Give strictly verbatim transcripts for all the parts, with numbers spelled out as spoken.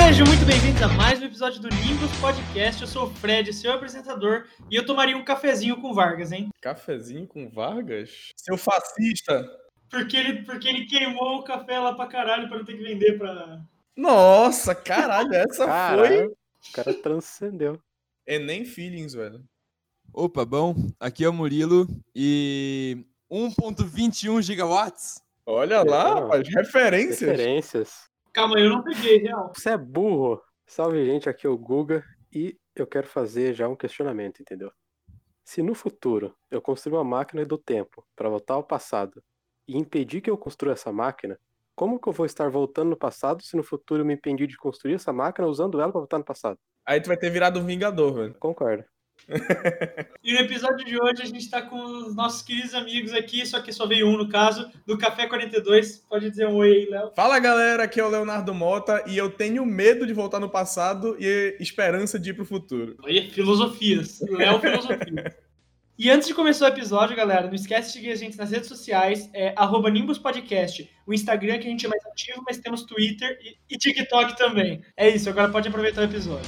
Sejam muito bem-vindos a mais um episódio do Nimbus Podcast. Eu sou o Fred, seu apresentador, e eu tomaria um cafezinho com Vargas, hein? Cafezinho com Vargas? Seu fascista! Porque ele, porque ele queimou o café lá pra caralho pra não ter que vender pra... Nossa, caralho, essa Caralho, foi... o cara transcendeu. Enem Feelings, velho. Opa, bom, aqui é o Murilo e um ponto vinte e um gigawatts? Olha lá, Não. rapaz, referências. Referências. Calma aí, eu não peguei, real. Você é burro. Salve, gente, aqui é o Guga e eu quero fazer já um questionamento, entendeu? Se no futuro eu construir uma máquina do tempo pra voltar ao passado e impedir que eu construa essa máquina, como que eu vou estar voltando no passado se no futuro eu me impedir de construir essa máquina usando ela pra voltar no passado? Aí tu vai ter virado um Vingador, velho. Concordo. E no episódio de hoje a gente tá com os nossos queridos amigos aqui, só que só veio um no caso, do Café quarenta e dois. Pode dizer um oi aí, Léo. Fala, galera, aqui é o Leonardo Mota e eu tenho medo de voltar no passado e esperança de ir pro futuro. Oi, filosofias. Léo Filosofia. E antes de começar o episódio, galera, não esquece de seguir a gente nas redes sociais, é arroba Nimbus Podcast. O Instagram que a gente é mais ativo, mas temos Twitter e, e TikTok também. É isso, agora pode aproveitar o episódio.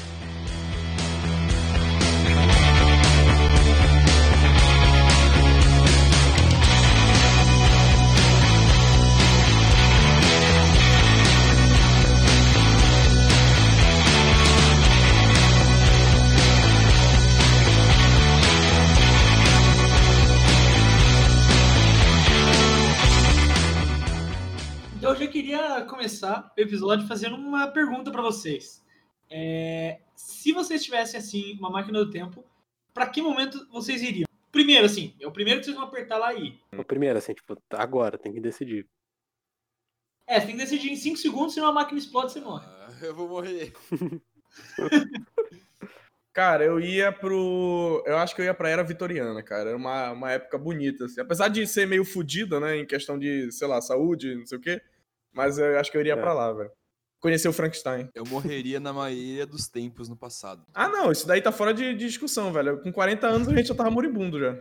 Então eu já queria começar o episódio fazendo uma pergunta para vocês. É, se vocês tivessem, assim, uma máquina do tempo, para que momento vocês iriam? Primeiro, assim, é o primeiro que vocês vão apertar lá aí. O primeiro, assim, tipo, agora, tem que decidir. É, você tem que decidir em cinco segundos, senão a máquina explode e você morre. Ah, eu vou morrer. Cara, eu ia pro... Eu acho que eu ia pra Era Vitoriana, cara. Era uma, uma época bonita, assim. Apesar de ser meio fodida, né, em questão de, sei lá, saúde, não sei o quê. Mas eu acho que eu iria É. pra lá, velho. Conhecer o Frankenstein. Eu morreria na maioria dos tempos no passado. Ah, não, isso daí tá fora de, de discussão, velho. Com quarenta anos a gente já tava moribundo já.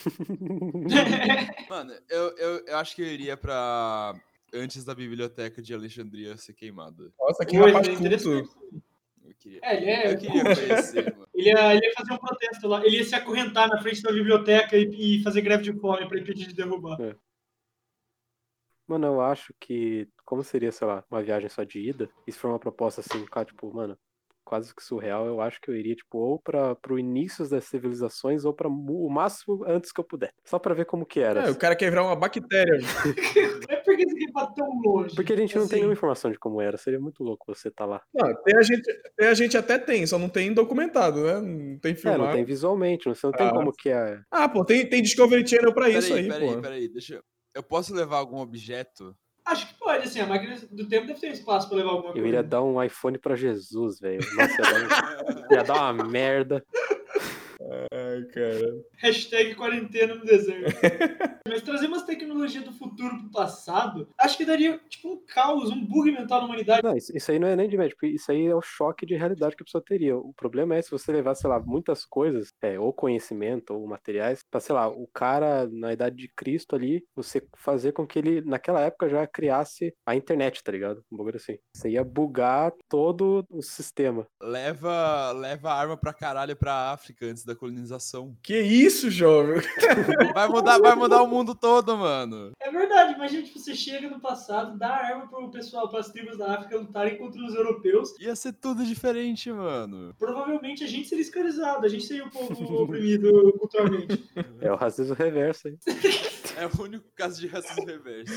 Mano, eu, eu, eu acho que eu iria pra... antes da biblioteca de Alexandria ser queimada. Nossa, que Oi, rapaz é interessante. culto. Eu queria, É, ele é... eu queria conhecer, mano. Ele ia, ele ia fazer um protesto lá, ele ia se acorrentar na frente da biblioteca e, e fazer greve de fome para impedir de derrubar. É. Mano, eu acho que, como seria, sei lá, uma viagem só de ida, e se for uma proposta assim, cara, tipo, mano, quase que surreal, eu acho que eu iria, tipo, ou pra, pro início das civilizações, ou pra mu- o máximo antes que eu puder. Só pra ver como que era. É, o cara quer virar uma bactéria. É porque você quer ir pra tão longe. Porque a gente não assim. tem nenhuma informação de como era, seria muito louco você tá lá. Não, tem a, gente, tem a gente até tem, só não tem documentado, né? Não tem É, filmado. não tem visualmente, você não tem Ah. como que é... Ah, pô, tem, tem Discovery Channel pra isso Peraí, aí, peraí, pô. peraí, deixa eu... Eu posso levar algum objeto? Acho que pode, assim, a máquina do tempo deve ter espaço pra levar alguma Eu coisa. iria dar um iPhone pra Jesus, velho. Nossa, ia dar, um- ia dar uma merda. Ai, cara. Hashtag quarentena no deserto. Mas trazer umas tecnologias do futuro pro passado, acho que daria, tipo, um caos, um bug mental na humanidade. Não, isso, isso aí não é nem de médico, isso aí é o choque de realidade que a pessoa teria. O problema é se você levar, sei lá, muitas coisas, é, ou conhecimento, ou materiais, pra, sei lá, o cara na idade de Cristo ali, você fazer com que ele, naquela época, já criasse a internet, tá ligado? Um bagulho assim. Você ia bugar todo o sistema. Leva, leva arma pra caralho pra África antes da colonização. Que isso, jovem? Vai mudar, vai mudar o mundo todo, mano. É verdade, imagina, tipo, você chega no passado, dá arma pro pessoal, pras tribos da África lutarem contra os europeus. Ia ser tudo diferente, mano. Provavelmente a gente seria escravizado, a gente seria o povo oprimido culturalmente. É o racismo reverso aí. É o único caso de racismo reverso.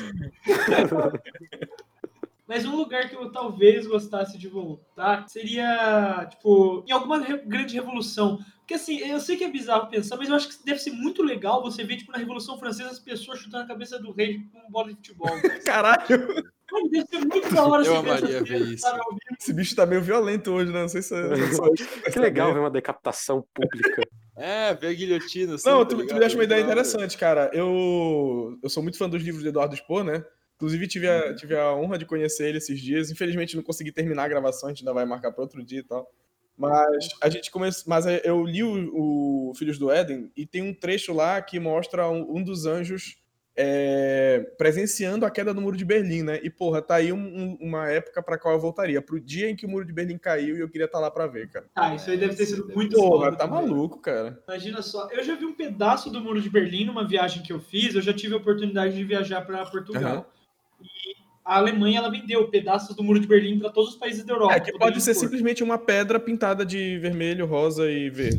Mas um lugar que eu talvez gostasse de voltar seria, tipo, em alguma re- grande revolução. Porque, assim, eu sei que é bizarro pensar, mas eu acho que deve ser muito legal você ver, tipo, na Revolução Francesa, as pessoas chutando a cabeça do rei com uma bola de futebol. Caralho, Mano, deve ser muito da hora Eu você ver amaria essas ver cenas, isso. sabe, ao vivo. esse bicho tá meio violento hoje, né? Não sei se é só isso. Que legal ver uma decapitação pública. É, ver a guilhotina. Assim, Não, tá tu, tu ligado? me deixa uma ideia Da hora. interessante, cara. Eu, eu sou muito fã dos livros de Eduardo Spohr, né? Inclusive, tive a, tive a honra de conhecer ele esses dias. Infelizmente, não consegui terminar a gravação, a gente ainda vai marcar para outro dia e tal. Mas a gente começou. Mas eu li o, o Filhos do Éden e tem um trecho lá que mostra um, um dos anjos é, presenciando a queda do Muro de Berlim, né? E, porra, tá aí um, um, uma época pra qual eu voltaria. Pro dia em que o Muro de Berlim caiu e eu queria estar lá pra ver, cara. Ah, isso aí deve ter sido muito Porra, foda tá também. maluco, cara. Imagina só, eu já vi um pedaço do Muro de Berlim numa viagem que eu fiz, eu já tive a oportunidade de viajar para Portugal. Uhum. E a Alemanha, ela vendeu pedaços do Muro de Berlim para todos os países da Europa. É que pode ser simplesmente uma pedra pintada de vermelho, rosa e verde.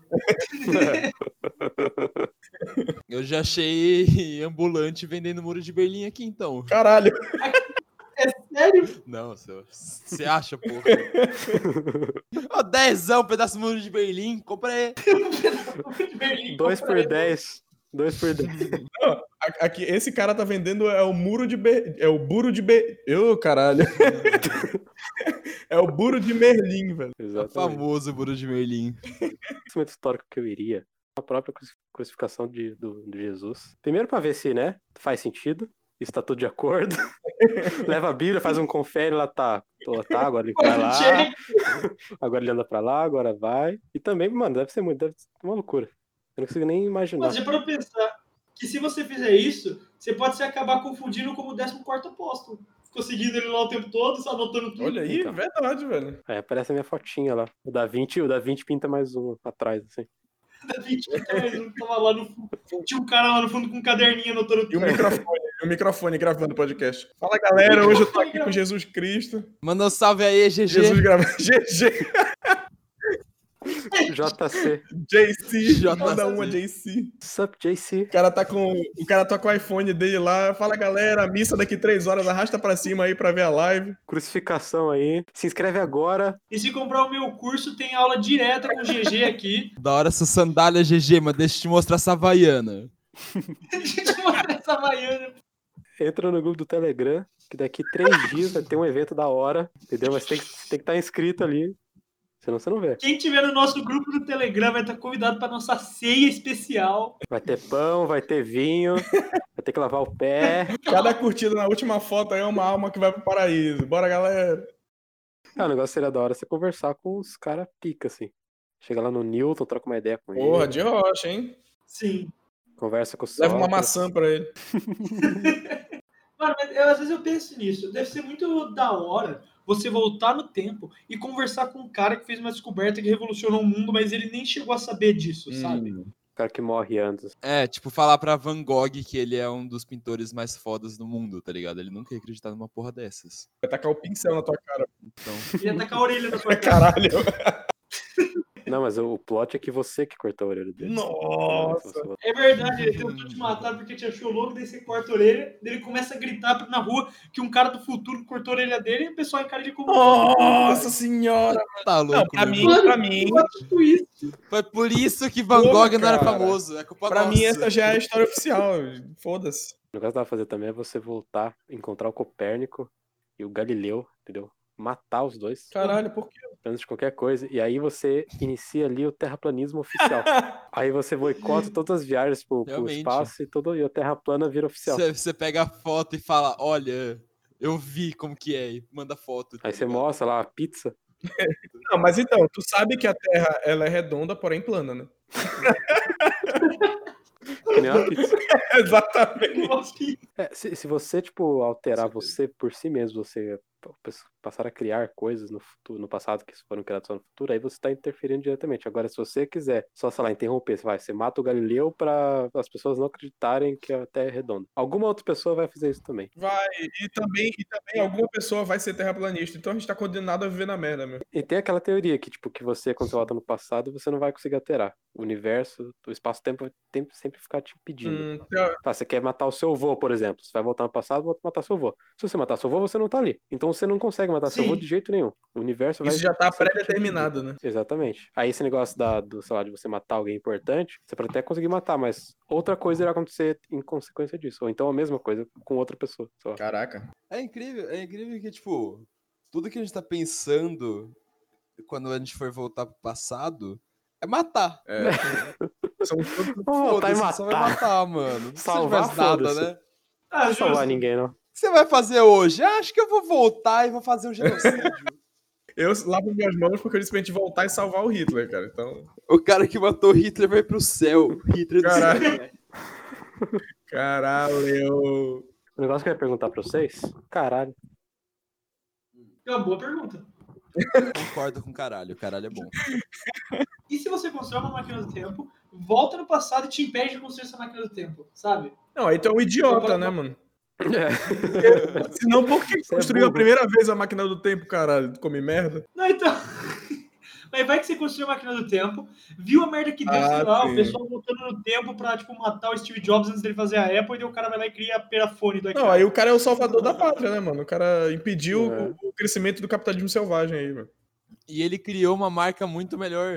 Eu já achei ambulante vendendo Muro de Berlim aqui, então. Caralho! É sério? Não, você acha, porra. Ó, dezão, pedaço do Muro de Berlim, comprei. Dois por dez. Dois por dez. Não, aqui, esse cara tá vendendo é o muro de Ber... é o buro de Ber... Eu, caralho. É o Buro de Merlin, velho. Exatamente. O famoso Buro de Merlin. O momento histórico que eu iria, a própria crucificação de, do, de Jesus. Primeiro pra ver se, né, faz sentido. Isso tá tudo de acordo. Leva a Bíblia, faz um confere, lá tá. Pô, tá, agora ele vai lá. Agora ele anda pra lá, agora vai. E também, mano, deve ser muito, deve ser uma loucura. Eu não consigo nem imaginar. Mas já para pensar que se você fizer isso, você pode se acabar confundindo como o décimo quarto apóstolo. Ficou seguindo ele lá o tempo todo, só anotando tudo. Olha aí, então. Verdade, velho. É, aparece a minha fotinha lá. O Da Vinci, o Da Vinci pinta mais um atrás, assim. Da Vinci pinta mais um, tava lá no fundo. Tinha um cara lá no fundo com um caderninho anotando tudo. E o microfone, e o microfone gravando o podcast. Fala, galera, hoje eu tô aqui com Jesus Cristo. Manda um salve aí, G G. Jesus gravando. G G. J C. J C. J C. Manda uma, J C. Sup, J C. O cara tá com o cara tá com o iPhone dele lá. Fala, galera, missa daqui três horas. Arrasta pra cima aí pra ver a live. Crucificação aí. Se inscreve agora. E se comprar o meu curso, tem aula direta com o G G aqui. Da hora essa sandália, G G, mas deixa eu te mostrar essa havaiana. Deixa eu te mostrar essa havaiana. Entra no grupo do Telegram, que daqui três dias vai ter um evento da hora, entendeu? Mas tem que, tem que estar inscrito ali. Senão você não vê. Quem tiver no nosso grupo do Telegram vai estar convidado para nossa ceia especial. Vai ter pão, vai ter vinho, vai ter que lavar o pé. Cada curtida na última foto aí é uma alma que vai pro paraíso. Bora, galera. Ah, o negócio seria da hora você conversar com os caras pica, assim. Chega lá no Newton, troca uma ideia com ele. Porra, de rocha, hein? Sim. Conversa com o Leva Sócrates. uma maçã pra ele. Mano, mas eu, às vezes eu penso nisso. Deve ser muito da hora você voltar no tempo e conversar com um cara que fez uma descoberta que revolucionou o mundo, mas ele nem chegou a saber disso, hum. sabe? O cara que morre antes. É, tipo, falar pra Van Gogh que ele é um dos pintores mais fodas do mundo, tá ligado? Ele nunca ia acreditar numa porra dessas. Vai tacar o pincel na tua cara. Então... Ele ia tacar a orelha na tua cara. Caralho. Não, mas o plot é que você que cortou a orelha dele. Nossa! É verdade, ele tentou te matar porque te achou louco, daí você corta a orelha, daí ele começa a gritar na rua que um cara do futuro cortou a orelha dele e o pessoal encara ele como... Nossa senhora! Tá louco, não, pra né? mim, pra mim... Foi por isso que Van Gogh Pô, não era famoso, é culpa Pra nossa. mim essa já é a história oficial, foda-se. O negócio que dá pra fazer também é você voltar, encontrar o Copérnico e o Galileu, entendeu? Matar os dois. Caralho, por quê? Antes de qualquer coisa. E aí você inicia ali o terraplanismo oficial. Aí você boicota todas as viagens pro, pro espaço e, todo, e a terra plana vira oficial. Você pega a foto e fala, olha, eu vi como que é, e manda foto. Aí você mostra lá a pizza. Não, mas então, tu sabe que a Terra ela é redonda, porém plana, né? Que nem uma pizza. Exatamente. É, se, se você, tipo, alterar você por si mesmo, você passar a criar coisas no futuro, no passado que foram criadas só no futuro, aí você tá interferindo diretamente. Agora, se você quiser só, sei lá, interromper, você vai, você mata o Galileu pra as pessoas não acreditarem que a Terra é redonda. Alguma outra pessoa vai fazer isso também. Vai, e também, e também alguma pessoa vai ser terraplanista, então a gente tá condenado a viver na merda, meu. E tem aquela teoria que, tipo, que você, quando você volta no passado, você não vai conseguir alterar. O universo, o espaço-tempo vai sempre ficar te impedindo. Hum, então... Você quer matar o seu avô, por exemplo. Você vai voltar no passado, vai matar seu avô. Se você matar seu avô, você não tá ali. Então você não consegue matar Sim. seu avô de jeito nenhum. O universo vai... Isso já tá pré-determinado, né? Exatamente. Aí esse negócio da, do, sei lá, de você matar alguém importante, você pode até conseguir matar, mas outra coisa irá acontecer em consequência disso. Ou então a mesma coisa com outra pessoa. Sei lá. Caraca. É incrível, é incrível que, tipo, tudo que a gente tá pensando quando a gente for voltar pro passado é matar. É. São tudo... Voltar e matar. Só vai matar, mano. Não salvar faz nada, né? Ah, não salvar ninguém, não. O que você vai fazer hoje? Ah, acho que eu vou voltar e vou fazer um genocídio. Eu lavo minhas mãos porque eu disse pra gente voltar e salvar o Hitler, cara. Então... O cara que matou Hitler vai pro céu. Hitler do Caralho. céu. Caralho. O negócio que eu ia perguntar pra vocês, caralho. É uma boa pergunta. Concordo com caralho, caralho é bom. E se você constrói uma máquina do tempo, volta no passado e te impede de construir essa máquina do tempo, sabe? Não, aí tu é um idiota, né, mano? É. Senão, por que Você é construiu a burro. primeira vez a máquina do tempo, caralho? Tu come merda? Não, então. Mas vai que você construiu a máquina do tempo, viu a merda que deu, Ah, sei lá, sim. o pessoal voltando no tempo pra, tipo, matar o Steve Jobs antes dele fazer a Apple, e daí o cara vai lá e cria a perafone do Não, iCloud. aí o cara é o salvador da pátria, né, mano? O cara impediu É. o, o crescimento do capitalismo selvagem aí, mano. E ele criou uma marca muito melhor.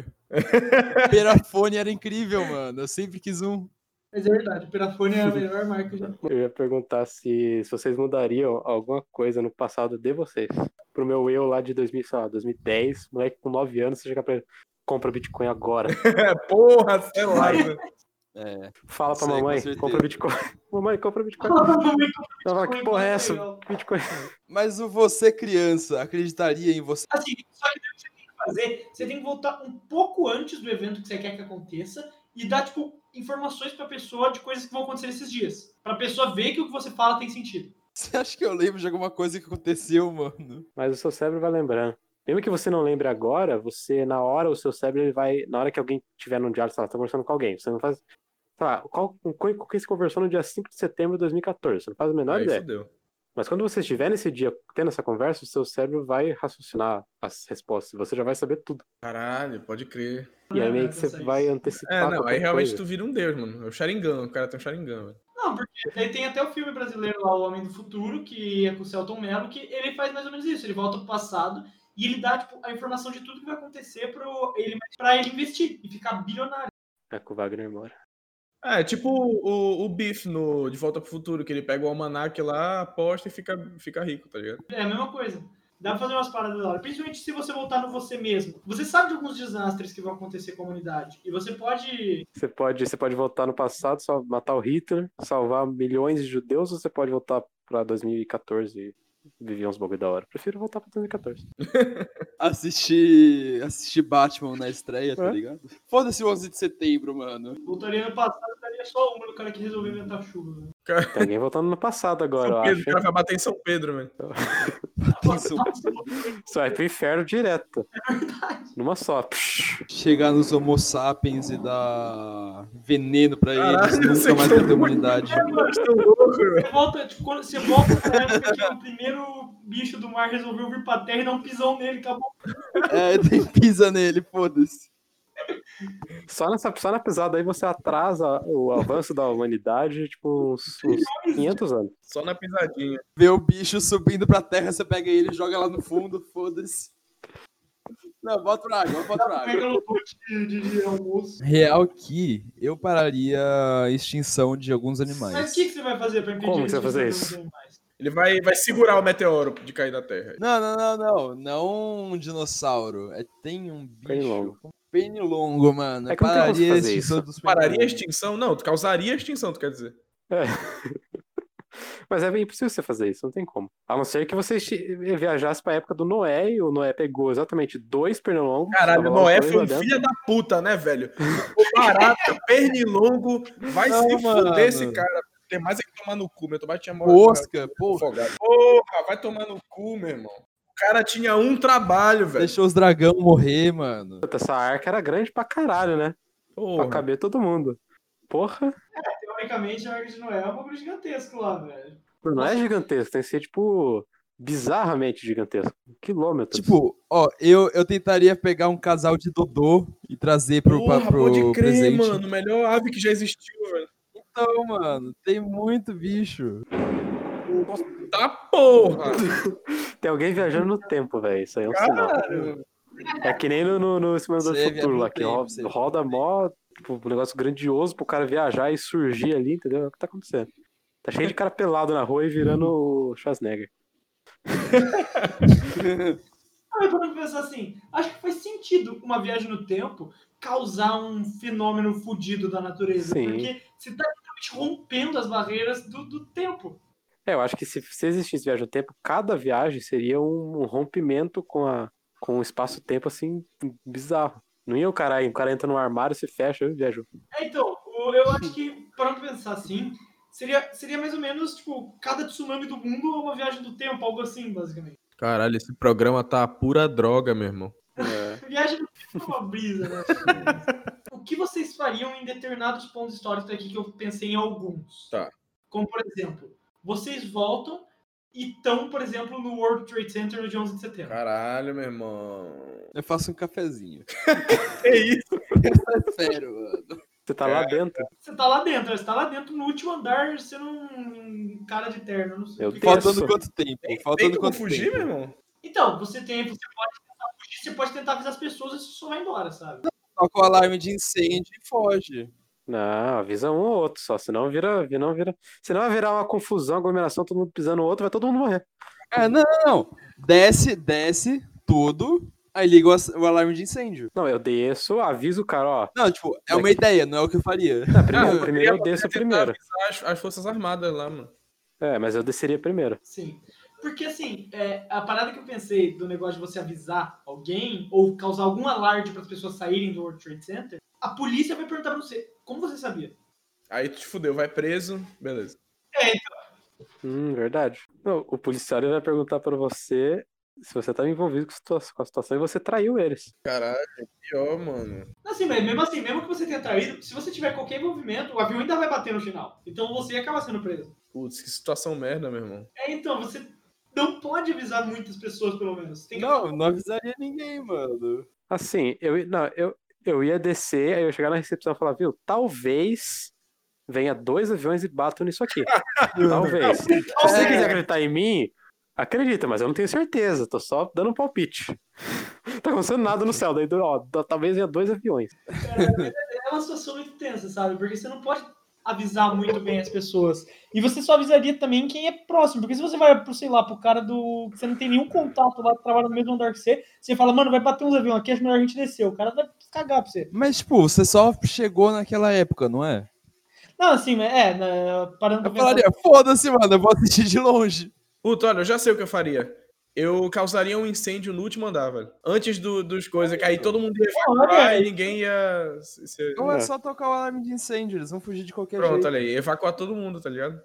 Perafone era incrível, mano. Eu sempre quis um. Mas é verdade, o perafone é a melhor marca. Já. Eu ia perguntar se, se vocês mudariam alguma coisa no passado de vocês. Pro meu eu lá de dois mil, sei lá, dois mil e dez, moleque com nove anos, você chega pra ele, compra Bitcoin agora. É, porra, sei lá, né? É. Fala pra Isso aí, com mamãe, certeza. compra Bitcoin. Mamãe, compra Bitcoin. Provavelmente Ela fala, que porra é essa? legal. Bitcoin. Mas o você, criança, acreditaria em você? Assim, só que o que você tem que fazer, você tem que voltar um pouco antes do evento que você quer que aconteça e dar, tipo, informações pra pessoa de coisas que vão acontecer nesses dias. Pra pessoa ver que o que você fala tem sentido. Você acha que eu lembro de alguma coisa que aconteceu, mano? Mas o seu cérebro vai lembrando. Mesmo que você não lembre agora, você, na hora, o seu cérebro ele vai. Na hora que alguém tiver num diálogo, sei lá, tá conversando com alguém, você não faz. Sei lá, qual, com, com quem você conversou no dia cinco de setembro de dois mil e quatorze? Você não faz a menor Aí ideia. fudeu. Mas quando você estiver nesse dia tendo essa conversa, o seu cérebro vai raciocinar as respostas. Você já vai saber tudo. Caralho, pode crer. E aí Não, meio não, que você pensa vai isso. antecipar É, não, aí qualquer realmente coisa. tu vira um deus, mano. É o Sharingan, o cara tem um Sharingan, velho. Não, porque daí tem até o filme brasileiro lá, O Homem do Futuro, que é com o Selton Mello, que ele faz mais ou menos isso. Ele volta pro passado e ele dá, tipo, a informação de tudo que vai acontecer pro ele, pra ele investir e ficar bilionário. É que o Wagner mora. É, tipo o, o Biff no De Volta pro Futuro, que ele pega o almanac lá, aposta e fica, fica rico, tá ligado? É a mesma coisa. Dá pra fazer umas paradas da hora. Principalmente se você voltar no você mesmo. Você sabe de alguns desastres que vão acontecer com a humanidade. E você pode. Você pode, você pode voltar no passado, só matar o Hitler, salvar milhões de judeus, ou você pode voltar pra dois mil e quatorze e viver uns bagulho da hora. Prefiro voltar pra dois mil e quatorze. Assistir, assistir Batman na estreia, tá É? ligado? Foda-se o onze de setembro, mano. Voltaria no passado e daria só uma no cara que resolveu inventar chuva. Né? Tem alguém voltando no passado agora, São eu Pedro, acho. o cara vai bater em São Pedro, velho. Atenção. Você vai pro inferno direto. Numa só. Psh. Chegar nos Homo sapiens e dar veneno pra Caralho, eles, vocês nunca mais tão vai ter humanidade. Vocês estão loucos, velho. Você volta, tipo, quando você volta pra época que o primeiro bicho do mar resolveu vir pra terra e dar um pisão nele, acabou. É, tem pisa nele, foda-se. Só, nessa, só na pisada aí você atrasa o avanço da humanidade, tipo, uns, uns quinhentos anos. Só na pisadinha. Vê o bicho subindo pra terra, você pega ele e joga lá no fundo, foda-se. Não, bota pra água, bota pra água. Pega no pote de, de, de almoço. Real que eu pararia a extinção de alguns animais. Mas o que, que você vai fazer pra impedir Como que você vai fazer de isso? fazer mais? Ele vai, vai segurar o meteoro de cair da Terra. Não, não, não, não. Não um dinossauro. É, tem um bicho. Pernilongo. com Pernilongo, mano. É que não tem como Pararia a fazer extinção isso. dos Pararia a pernilongos. extinção? Não, tu causaria a extinção, tu quer dizer. É. Mas é bem impossível você fazer isso, não tem como. A não ser que você esti- viajasse pra época do Noé e o Noé pegou exatamente dois pernilongos. Caralho, tava o lá os Noé dois foi lá um dentro. filho da puta, né, velho? O barata, pernilongo, vai Não, se mano. fuder esse cara. Tem mais é que tomar no cu, meu tomate tinha morrido. Mosca, porra. Afogado. Porra, vai tomar no cu, meu irmão. O cara tinha um trabalho, velho. Deixou os dragão morrer, mano. Puta, essa arca era grande pra caralho, né? Pra Porra. caber todo mundo. Porra, Teoricamente, a Arca de Noé é um bagulho gigantesco lá, velho. não é gigantesco, tem que ser, tipo, bizarramente gigantesco. Quilômetros. Tipo, ó, eu, eu tentaria pegar um casal de Dodô e trazer pro, pra- Porra, pro pode crer, presente. mano. Melhor ave que já existiu, velho. Então, mano, tem muito bicho. Tá porra. Tem alguém viajando no tempo, velho. Isso aí é um sinal. Caralho. É que nem no, no, no Exterminador do Você Futuro viaja lá, no que tempo, roda, você- roda mó, tipo, um negócio grandioso pro cara viajar e surgir ali, entendeu? É o que tá acontecendo. Tá cheio de cara pelado na rua e virando o Schwarzenegger. Aí, quando eu pensar assim, acho que faz sentido uma viagem no tempo causar um fenômeno fudido da natureza. Sim. Porque você tá literalmente rompendo as barreiras do, do tempo. É, eu acho que se, se existisse viagem no tempo, cada viagem seria um, um rompimento com, a, com o espaço-tempo, assim, bizarro. Não ia o cara, o cara entra no armário, se fecha e viajou. É, então, o- eu acho que, para pensar assim, Seria, seria mais ou menos, tipo, cada tsunami do mundo é uma viagem do tempo, algo assim, basicamente. Caralho, esse programa tá pura droga, meu irmão. É. Viagem do tempo é uma brisa, né? O que vocês fariam em determinados pontos históricos aqui que eu pensei em alguns? Tá. Como, por exemplo, vocês voltam e estão, por exemplo, no World Trade Center no dia onze de setembro. Caralho, meu irmão. Eu faço um cafezinho. Que isso? É sério, mano. Você tá lá dentro. Você tá lá dentro, você tá lá dentro no último andar, sendo um cara de terno, não sei. Eu o que que Falta- é. Faltando quanto tempo? Tem Faltando como quanto fugir, tempo? meu irmão? Então, você tem, você pode tentar fugir, você pode tentar avisar as pessoas e você só vai embora, sabe? Toca o alarme de incêndio e foge. Não, avisa um ou outro só, senão vira, senão vira, senão vai virar uma confusão, aglomeração, todo mundo pisando no outro, vai todo mundo morrer. Ah, não, não, não. Desce, desce tudo, aí liga o, as- o alarme de incêndio. Não, eu desço, aviso o cara, ó. Não, tipo, é uma ideia, não é o que eu faria. Não, primeiro, Ah, primeiro eu queria desço tentar primeiro. avisar As, as Forças Armadas lá, mano. É, mas eu desceria primeiro. Sim. Porque, assim, é, a parada que eu pensei do negócio de você avisar alguém ou causar algum alarde para as pessoas saírem do World Trade Center, a polícia vai perguntar pra você, como você sabia? Aí tu te fudeu, vai preso, beleza. É, então, Hum, verdade. Não, o policial ele vai perguntar pra você se você tá envolvido com a situa- com a situação e você traiu eles. Caralho, pior, mano. assim, mas mesmo assim, mesmo que você tenha traído, se você tiver qualquer envolvimento, o avião ainda vai bater no final. Então você acaba sendo preso. Putz, que situação merda, meu irmão. É, então, você não pode avisar muitas pessoas, pelo menos. Tem que Não, não avisaria ninguém, mano. Assim, eu, i- não, eu, eu ia descer, aí eu ia chegar na recepção e falar, viu, talvez venha dois aviões e batam nisso aqui. Talvez. Se você É. quiser acreditar em mim, acredita, mas eu não tenho certeza, tô só dando um palpite. Tá acontecendo nada no céu, daí, ó, talvez venha dois aviões. É uma situação muito tensa, sabe? Porque você não pode avisar muito bem as pessoas. E você só avisaria também quem é próximo. Porque se você vai, pro, sei lá, pro cara do... que você não tem nenhum contato lá, que trabalha no mesmo andar que você, você fala, mano, vai bater uns aviões aqui, acho melhor a gente descer. O cara vai cagar pra você. Mas, tipo, você só chegou naquela época, não é? Não, assim, mas é, né, parando pra Eu pensar... falaria, foda-se, mano, eu vou assistir de longe. Puta, olha, eu já sei o que eu faria. Eu causaria um incêndio no último andar, velho. Antes do, dos coisas, que aí todo mundo ia evacuar Olha, e ninguém ia... se- se- Ou é É. só tocar o alarme de incêndio, eles vão fugir de qualquer Pronto, jeito. olha aí. Evacuar todo mundo, tá ligado?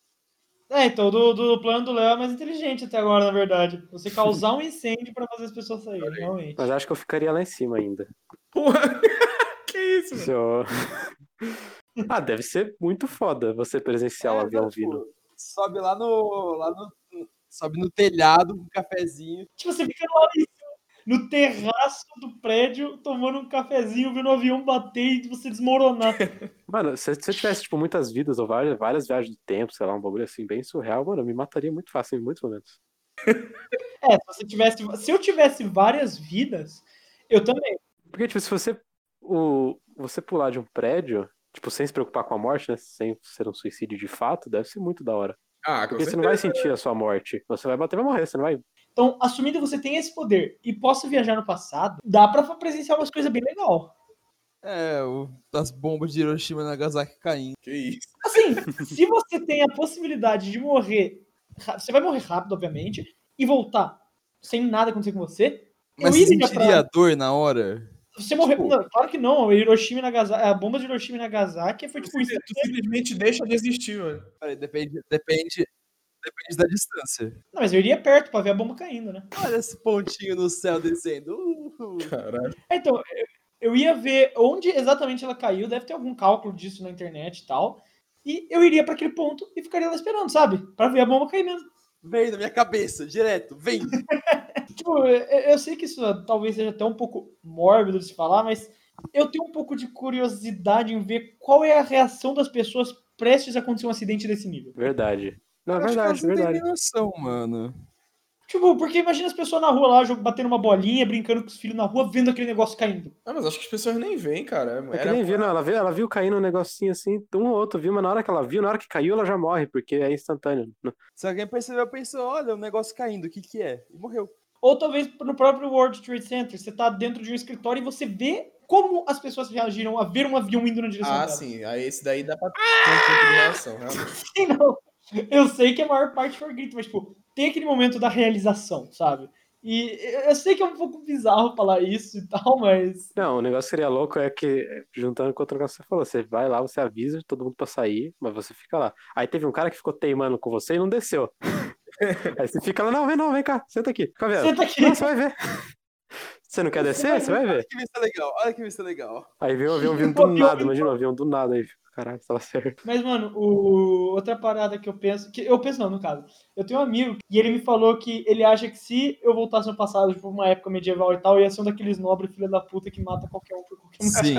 É, então, do, do plano do Léo é mais inteligente até agora, na verdade. Você causar um incêndio pra fazer as pessoas saírem, realmente. Mas acho que eu ficaria lá em cima ainda. Porra, que isso, mano? Se eu- Ah, deve ser muito foda você presenciar o É, avião não, tipo, vindo. sobe lá no, lá no... Sobe no telhado com um cafezinho. Tipo, você fica lá no, no terraço do prédio, tomando um cafezinho, vendo o avião bater e você desmoronar. Mano, se, se eu tivesse, tipo, muitas vidas ou várias, várias viagens do tempo, sei lá, um bagulho assim, bem surreal, mano, eu me mataria muito fácil em muitos momentos. É, se você tivesse. Se eu tivesse várias vidas, eu também. Porque, tipo, se você, o, você pular de um prédio, tipo, sem se preocupar com a morte, né, sem ser um suicídio de fato, deve ser muito da hora. Ah, com Porque você certeza. não vai sentir a sua morte. Você vai bater e vai morrer, você não vai... Então, assumindo que você tem esse poder e possa viajar no passado, dá pra presenciar umas coisas bem legal. É, o, as bombas de Hiroshima e Nagasaki caindo. Que isso. Assim, se você tem a possibilidade de morrer, ra- você vai morrer rápido, obviamente, e voltar sem nada acontecer com você. Mas eu você iria sentiria pra... dor na hora? Você morrer. tipo- Não, claro que não. Hiroshima e Nagasaki, a bomba de Hiroshima e Nagasaki foi tipo isso. Tu simplesmente deixa de existir, mano. Peraí, depende, depende, depende da distância. Não, mas eu iria perto pra ver a bomba caindo, né? Olha esse pontinho no céu descendo. Uh, Caralho. É, então, eu, eu ia ver onde exatamente ela caiu, deve ter algum cálculo disso na internet e tal. E eu iria pra aquele ponto e ficaria lá esperando, sabe? Pra ver a bomba cair mesmo. vem na minha cabeça, direto, vem. Tipo, eu, eu sei que isso talvez seja até um pouco mórbido de se falar, mas eu tenho um pouco de curiosidade em ver qual é a reação das pessoas prestes a acontecer um acidente desse nível. Verdade. Não, é Eu acho que verdade, elas não têm verdade. nem noção, mano. Tipo, porque imagina as pessoas na rua lá, jog- batendo uma bolinha, brincando com os filhos na rua, vendo aquele negócio caindo. Ah, mas acho que as pessoas nem veem, cara. É que Era- nem viu, não, ela viu, ela viu caindo um negocinho assim, um ou outro viu, mas na hora que ela viu, na hora que caiu, ela já morre, porque é instantâneo. Se alguém percebeu, pensou, olha, o negócio caindo, o que que é? E morreu. Ou talvez no próprio World Trade Center, você tá dentro de um escritório e você vê como as pessoas reagiram a ver um avião indo na direção Ah, dela. sim. Aí esse daí dá pra ter um tempo de reação, realmente. Sim, não. Eu sei que a maior parte foi grito, mas, tipo, tem aquele momento da realização, sabe? E eu sei que é um pouco bizarro falar isso e tal, mas... Não, o negócio que seria louco é que, juntando com o outro negócio que você falou, você vai lá, você avisa todo mundo pra sair, mas você fica lá. Aí teve um cara que ficou teimando com você e não desceu. Aí você fica lá, não, vem não, vem cá, senta aqui, fica vendo. Senta aqui. Não, você vai ver. Você não quer descer? Você vai ver. Olha que vista legal, olha que vista legal. Aí vem um avião vindo do nada, imagina um avião do nada aí. Caralho, tava certo. Mas, mano, o... outra parada que eu penso... Que eu penso não, no caso. Eu tenho um amigo e ele me falou que ele acha que se eu voltasse no passado, tipo, uma época medieval e tal, eu ia ser um daqueles nobres filha da puta que mata qualquer um por qualquer um. Sim.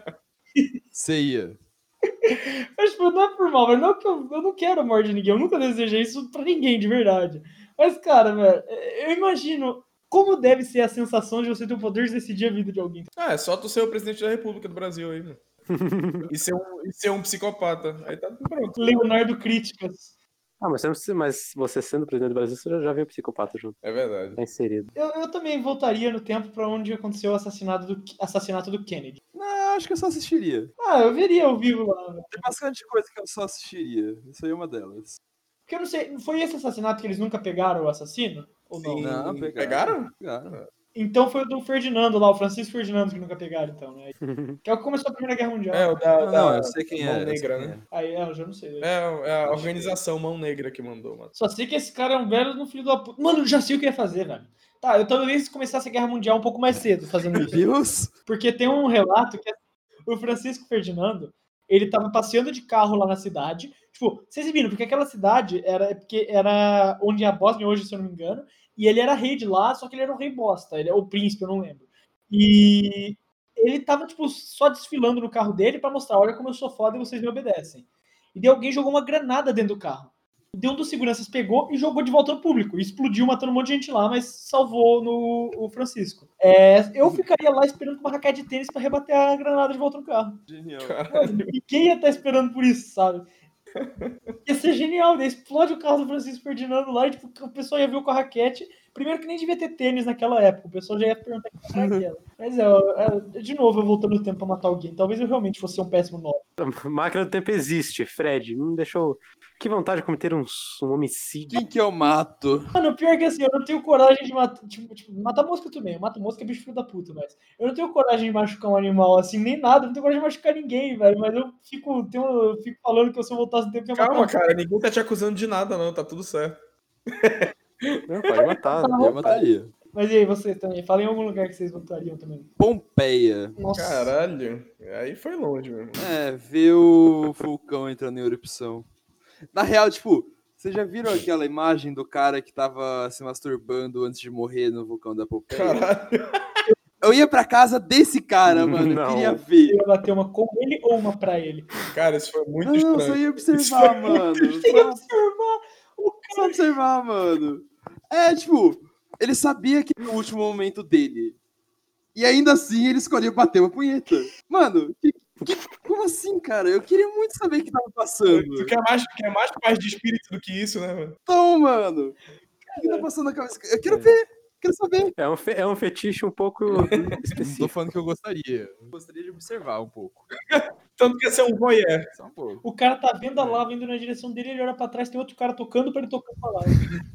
Você ia. Mas, tipo, não é por mal, mas não que eu, eu não quero a morte de ninguém. Eu nunca desejei isso pra ninguém, de verdade. Mas, cara, velho, eu imagino como deve ser a sensação de você ter o poder de decidir a vida de alguém. Ah, é só tu ser o presidente da República do Brasil aí, mano. E ser um, e ser um psicopata. Aí tá pronto. Leonardo Críticas. Ah, mas você, não precisa- mas você sendo presidente do Brasil, você já, já vem o psicopata junto. É verdade. Tá inserido. Eu, eu também voltaria no tempo pra onde aconteceu o assassinato do, assassinato do Kennedy. Não, acho que eu só assistiria. Ah, eu veria ao vivo lá, velho. Tem bastante coisa que eu só assistiria. Isso aí é uma delas. Porque eu não sei, foi esse assassinato que eles nunca pegaram o assassino? Ou não? Sim. Não, Pegaram? Pegaram. Então foi o do Ferdinando lá, o Francisco Ferdinando que nunca pegaram, então, né? Que é o que começou a Primeira Guerra Mundial. É, o da, Não, da não, eu sei quem Mão é. eu sei Negra, quem né? é. Aí, é, eu já não sei. É, é a Acho organização Mão Negra que mandou, mano. Só sei que esse cara é um velho no filho da puta. Mano, eu já sei o que eu ia fazer, velho. Tá, eu talvez começasse a Guerra Mundial um pouco mais cedo fazendo Meu isso. Deus! Porque tem um relato que o Francisco Ferdinando, ele tava passeando de carro lá na cidade. Tipo, vocês viram, porque aquela cidade era, porque era onde é a Bósnia hoje, se eu não me engano, e ele era rei de lá, só que ele era um rei bosta, ele é o príncipe, eu não lembro. E ele tava, tipo, só desfilando no carro dele pra mostrar, olha como eu sou foda e vocês me obedecem. E daí alguém jogou uma granada dentro do carro. E daí um dos seguranças pegou e jogou de volta no público. E explodiu, matando um monte de gente lá, mas salvou no, o Francisco. É, eu ficaria lá esperando com uma raquete de tênis pra rebater a granada de volta no carro. Genial. Mano, ninguém ia estar esperando por isso, sabe? Ia ser genial, daí explode o carro do Francisco Ferdinando lá e tipo, o pessoal ia ver com a raquete. Primeiro que nem devia ter tênis naquela época, o pessoal já ia perguntar que era aquela. Mas é, é, de novo, eu voltando no tempo pra matar alguém. Talvez eu realmente fosse um péssimo nome. A máquina do tempo existe, Fred. Não deixou. Que vontade de cometer um, um homicídio. Quem que eu mato? Mano, o pior é que assim, eu não tenho coragem de matar. Tipo, tipo, matar mosca também. Eu mato mosca é bicho filho da puta, mas. Eu não tenho coragem de machucar um animal assim, nem nada. Eu não tenho coragem de machucar ninguém, velho. Mas eu fico, tenho, eu fico falando que se eu voltasse no tempo, eu ia matar Calma, um- cara, ninguém tá te acusando de nada, não, tá tudo certo. Não, pode matar. Eu mataria. Mas e aí, vocês também? Fala em algum lugar que vocês votariam também. Pompeia. Nossa. Caralho, aí foi longe mesmo. É, ver o vulcão entrando em erupção. Na real, tipo, vocês já viram aquela imagem do cara que tava se masturbando antes de morrer no vulcão da Pompeia? Caralho. Eu ia pra casa desse cara, mano. Eu Não. queria ver. Eu ia bater uma com ele ou uma pra ele? Cara, isso foi muito Não, não, estranho. só ia Isso observar, foi mano. Você ia Só, observar o só observar, mano. É, tipo, ele sabia que era o último momento dele. E ainda assim ele escolheu bater uma punheta. Mano, que, que, como assim, cara? Eu queria muito saber o que tava passando. Tu quer mais, quer mais paz de espírito do que isso, né, mano? Então, mano. O que tá passando na cabeça? Eu quero ver. Quero saber. É um, fe- é um fetiche um pouco Não tô específico. falando que eu gostaria. Eu gostaria de observar um pouco. Tanto que ia ser um voyeur. Só um pouco. O cara tá vendo a lava indo na direção dele, ele olha pra trás, tem outro cara tocando pra ele tocar pra lá.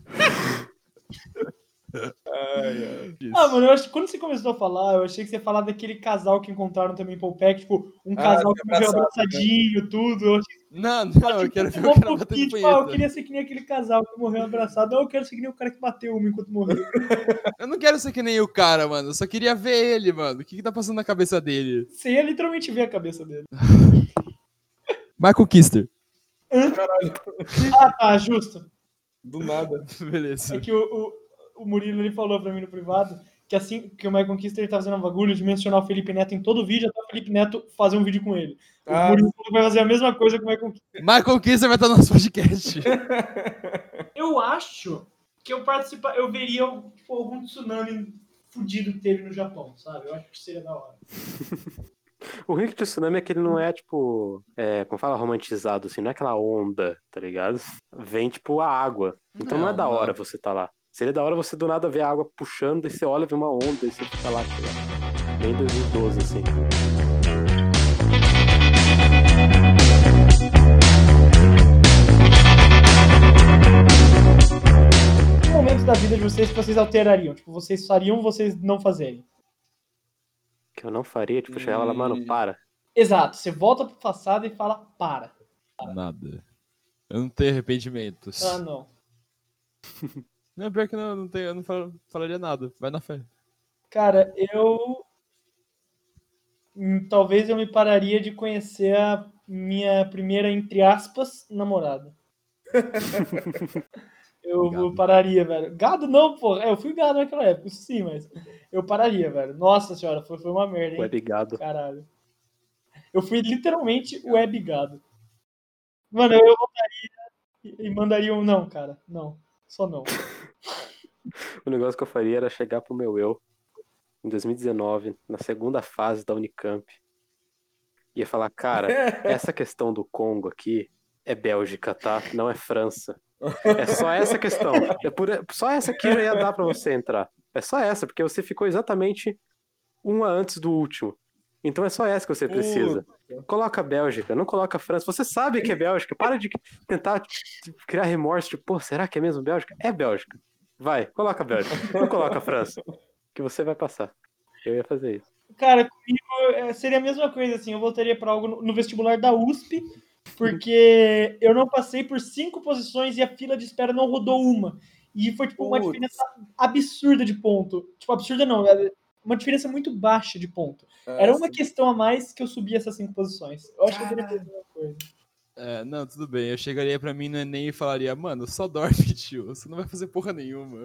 Ai, ai. Ah, mano, eu acho que quando você começou a falar, eu achei que você ia falar daquele casal que encontraram também em Pompeia, tipo, um Ah, casal se que morreu abraçado, abraçadinho, tudo. Eu achei Não, não, eu quero ver o um cara pouquinho, batendo tipo, ah, eu punheta. queria ser que nem aquele casal que morreu abraçado. Não, eu quero ser que nem o cara que bateu uma enquanto morreu. Eu não quero ser que nem o cara, mano. Eu só queria ver ele, mano. O que que tá passando na cabeça dele? Você ia literalmente ver a cabeça dele. Michael Kister. Caralho, Ah, tá, justo. do nada. Beleza. É que o, o, o Murilo ele falou pra mim no privado que assim que o Michael Conquista ele tá fazendo um bagulho de mencionar o Felipe Neto em todo vídeo, até o Felipe Neto fazer um vídeo com ele. O Ah, Murilo falou que vai fazer a mesma coisa com o Michael Conquista. Michael Kister vai estar no nosso podcast. Eu acho que eu participa, eu veria tipo, algum tsunami fudido que teve no Japão, sabe? Eu acho que seria da hora. O ruim de tsunami é que ele não é, tipo, é, como fala, romantizado, assim, não é aquela onda, tá ligado? Vem, tipo, a água. Então não, Não, é da não. hora você tá lá. Seria da hora você do nada ver a água puxando, e você olha, vê uma onda, e você fica lá, tá ligado? Bem dois mil e doze, assim. No momentos da vida de vocês que vocês alterariam? Tipo, vocês fariam, vocês não fazerem? Que eu não faria, tipo, chegar lá, mano, para. Exato, você volta pro passado e fala, para. Nada. Eu não tenho arrependimentos. Ah, não. Não, pior que não, não tenho, eu não fal- falaria nada. Vai na fé. Cara, eu... hum, Talvez eu me pararia de conhecer a minha primeira, entre aspas, namorada. Eu Gado. pararia, velho. Gado não, pô. É, eu fui gado naquela época, isso sim, mas eu pararia, velho. Nossa senhora, foi, foi uma merda, hein? Webgado. Caralho. Eu fui literalmente o web gado. Mano, eu voltaria e e mandaria um não, cara. Não. Só não. O negócio que eu faria era chegar pro meu eu, em dois mil e dezenove, na segunda fase da Unicamp, e ia falar, cara, essa questão do Congo aqui é Bélgica, tá? Não é França. É só essa questão. É por... Só essa aqui já ia dar pra você entrar. É só essa, porque você ficou exatamente uma antes do último. Então é só essa que você precisa. Coloca a Bélgica, não coloca a França. Você sabe que é Bélgica. Para de tentar tipo, criar remorso. Tipo, pô, será que é mesmo Bélgica? É Bélgica. Vai, coloca a Bélgica. Não coloca a França. Que você vai passar. Eu ia fazer isso. Cara, comigo é, seria a mesma coisa, assim. Eu voltaria pra algo no, no vestibular da U S P, porque eu não passei por cinco posições e a fila de espera não rodou uma. E foi, tipo, uma Putz. diferença absurda de ponto. Tipo, absurda não. é Uma diferença muito baixa de ponto. É, Era uma sim. questão a mais que eu subi essas cinco posições. Eu acho que eu teria feito a mesma coisa. É, não, tudo bem. Eu chegaria pra mim no Enem e falaria, mano, só dorme, tio. Você não vai fazer porra nenhuma.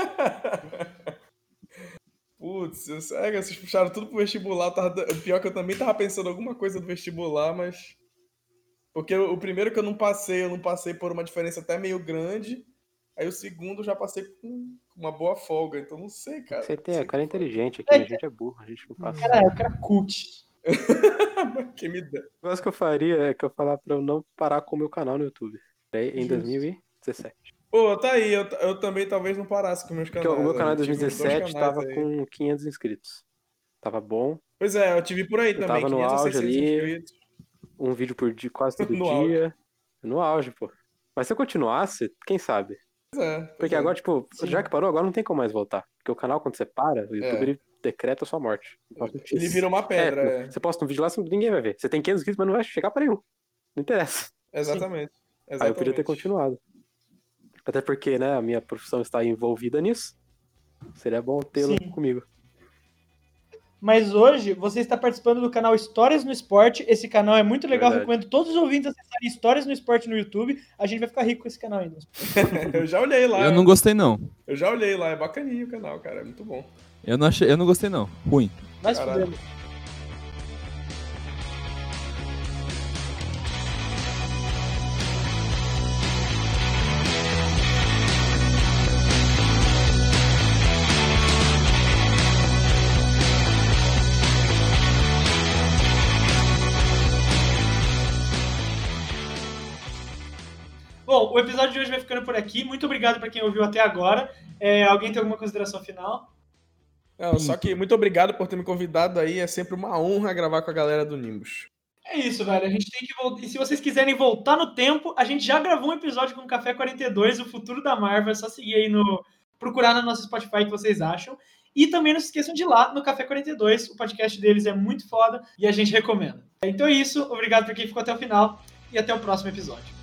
Putz, sério, vocês puxaram tudo pro vestibular. Tava... Pior que eu também tava pensando alguma coisa do vestibular, mas. Porque o o primeiro que eu não passei, eu não passei por uma diferença até meio grande. Aí o segundo eu já passei com uma boa folga. Então não sei, cara. Você tem, Não é sei cara o que inteligente aqui, a gente é burro, a gente não passa. Cara, eu quero cult. foi. Quem me dá. O negócio que eu faria é que eu falar pra eu não parar com o meu canal no YouTube. Daí, em Justo. dois mil e dezessete. Pô, tá aí. Eu, eu também talvez não parasse com meus Porque canais. o meu canal em eu tive uns dois dois mil e dezessete canais tava aí. com quinhentos inscritos. Tava bom. Pois é, eu tive por aí Eu também. tava no quinhentos a auge seiscentos ali. inscritos. Um vídeo por dia, quase todo No dia. No auge, pô. Mas se eu continuasse, quem sabe? Pois é. pois Porque é. agora, tipo, Sim. já que parou, agora não tem como mais voltar. Porque o canal, quando você para, o YouTube É. ele decreta a sua morte. Ele vira uma pedra. É, É, você posta um vídeo lá, ninguém vai ver. Você tem quinhentos inscritos, mas não vai chegar pra nenhum. Não interessa. Exatamente. Exatamente. Aí eu podia ter continuado. Até porque, né, a minha profissão está envolvida nisso. Seria bom tê-lo Sim. comigo. Mas hoje você está participando do canal Histórias no Esporte. Esse canal é muito legal, Verdade. recomendo todos os ouvintes acessarem Histórias no Esporte no YouTube. A gente vai ficar rico com esse canal ainda. Eu já olhei lá. Eu não gostei, não. Eu já olhei lá. É bacaninho o canal, cara. É muito bom. Eu não, achei, eu não gostei, não. Ruim. Vai se Caralho. fudendo. Bom, o episódio de hoje vai ficando por aqui. Muito obrigado para quem ouviu até agora. É, alguém tem alguma consideração final? Não, só que muito obrigado por ter me convidado aí. É sempre uma honra gravar com a galera do Nimbus. É isso, velho. A gente tem que voltar. E se vocês quiserem voltar no tempo, a gente já gravou um episódio com o Café quarenta e dois, o futuro da Marvel. É só seguir aí no. Procurar no nosso Spotify que vocês acham. E também não se esqueçam de ir lá no Café quarenta e dois. O podcast deles é muito foda e a gente recomenda. Então é isso. Obrigado por quem ficou até o final e até o próximo episódio.